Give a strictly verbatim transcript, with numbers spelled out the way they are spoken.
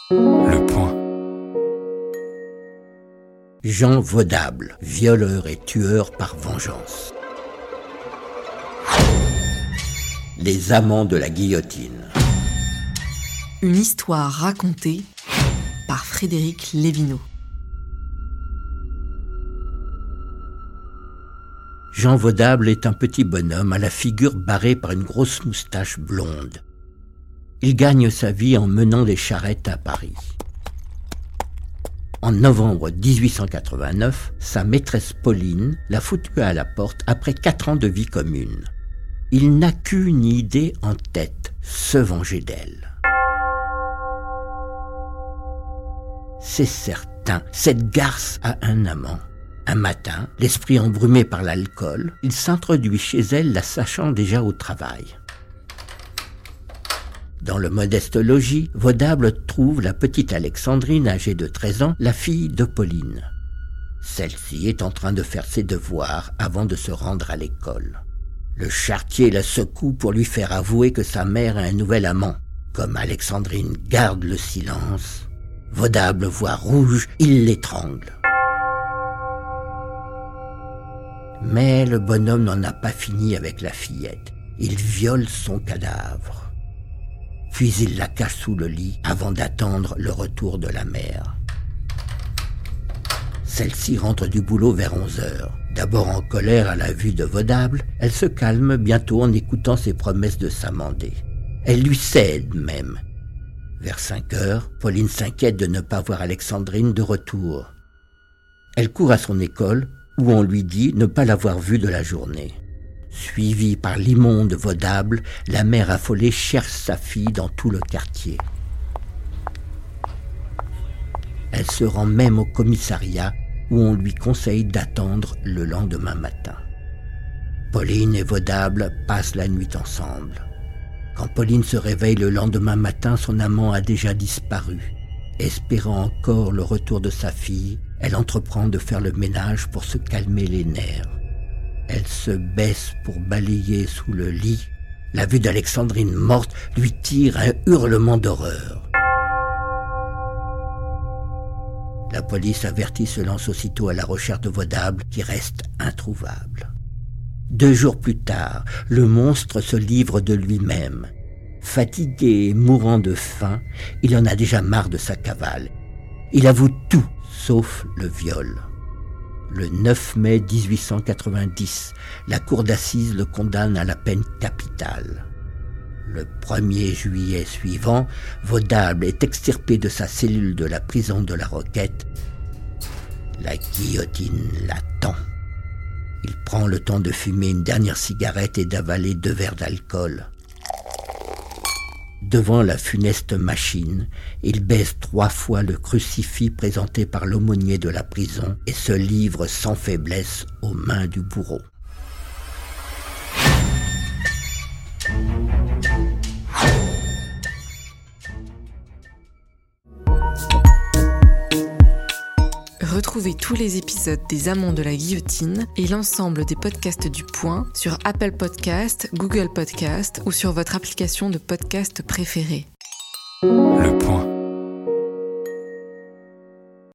Le Point. Jean Vodable, violeur et tueur par vengeance. Les amants de la guillotine. Une histoire racontée par Frédéric Lévineau. Jean Vodable est un petit bonhomme à la figure barrée par une grosse moustache blonde. Il gagne sa vie en menant des charrettes à Paris. En novembre dix-huit cent quatre-vingt-neuf, sa maîtresse Pauline l'a foutu à la porte après quatre ans de vie commune. Il n'a qu'une idée en tête, se venger d'elle. C'est certain, cette garce a un amant. Un matin, l'esprit embrumé par l'alcool, il s'introduit chez elle, la sachant déjà au travail. Dans le modeste logis, Vodable trouve la petite Alexandrine, âgée de treize ans, la fille de Pauline. Celle-ci est en train de faire ses devoirs avant de se rendre à l'école. Le charretier la secoue pour lui faire avouer que sa mère a un nouvel amant. Comme Alexandrine garde le silence, Vodable voit rouge, il l'étrangle. Mais le bonhomme n'en a pas fini avec la fillette. Il viole son cadavre. Puis il la cache sous le lit avant d'attendre le retour de la mère. Celle-ci rentre du boulot vers onze heures. D'abord en colère à la vue de Vodable, elle se calme bientôt en écoutant ses promesses de s'amender. Elle lui cède même. Vers cinq heures, Pauline s'inquiète de ne pas voir Alexandrine de retour. Elle court à son école, où on lui dit ne pas l'avoir vue de la journée. Suivie par l'immonde Vodable, la mère affolée cherche sa fille dans tout le quartier. Elle se rend même au commissariat, où on lui conseille d'attendre le lendemain matin. Pauline et Vodable passent la nuit ensemble. Quand Pauline se réveille le lendemain matin, son amant a déjà disparu. Espérant encore le retour de sa fille, elle entreprend de faire le ménage pour se calmer les nerfs. Elle se baisse pour balayer sous le lit. La vue d'Alexandrine morte lui tire un hurlement d'horreur. La police avertie se lance aussitôt à la recherche de Vodable, qui reste introuvable. Deux jours plus tard, le monstre se livre de lui-même. Fatigué et mourant de faim, il en a déjà marre de sa cavale. Il avoue tout, sauf le viol. Le neuf mai dix-huit cent quatre-vingt-dix, la cour d'assises le condamne à la peine capitale. Le premier juillet suivant, Vodable est extirpé de sa cellule de la prison de la Roquette. La guillotine l'attend. Il prend le temps de fumer une dernière cigarette et d'avaler deux verres d'alcool. Devant la funeste machine, il baise trois fois le crucifix présenté par l'aumônier de la prison et se livre sans faiblesse aux mains du bourreau. Retrouvez tous les épisodes des Amants de la guillotine et l'ensemble des podcasts du Point sur Apple Podcasts, Google Podcasts ou sur votre application de podcast préférée. Le Point.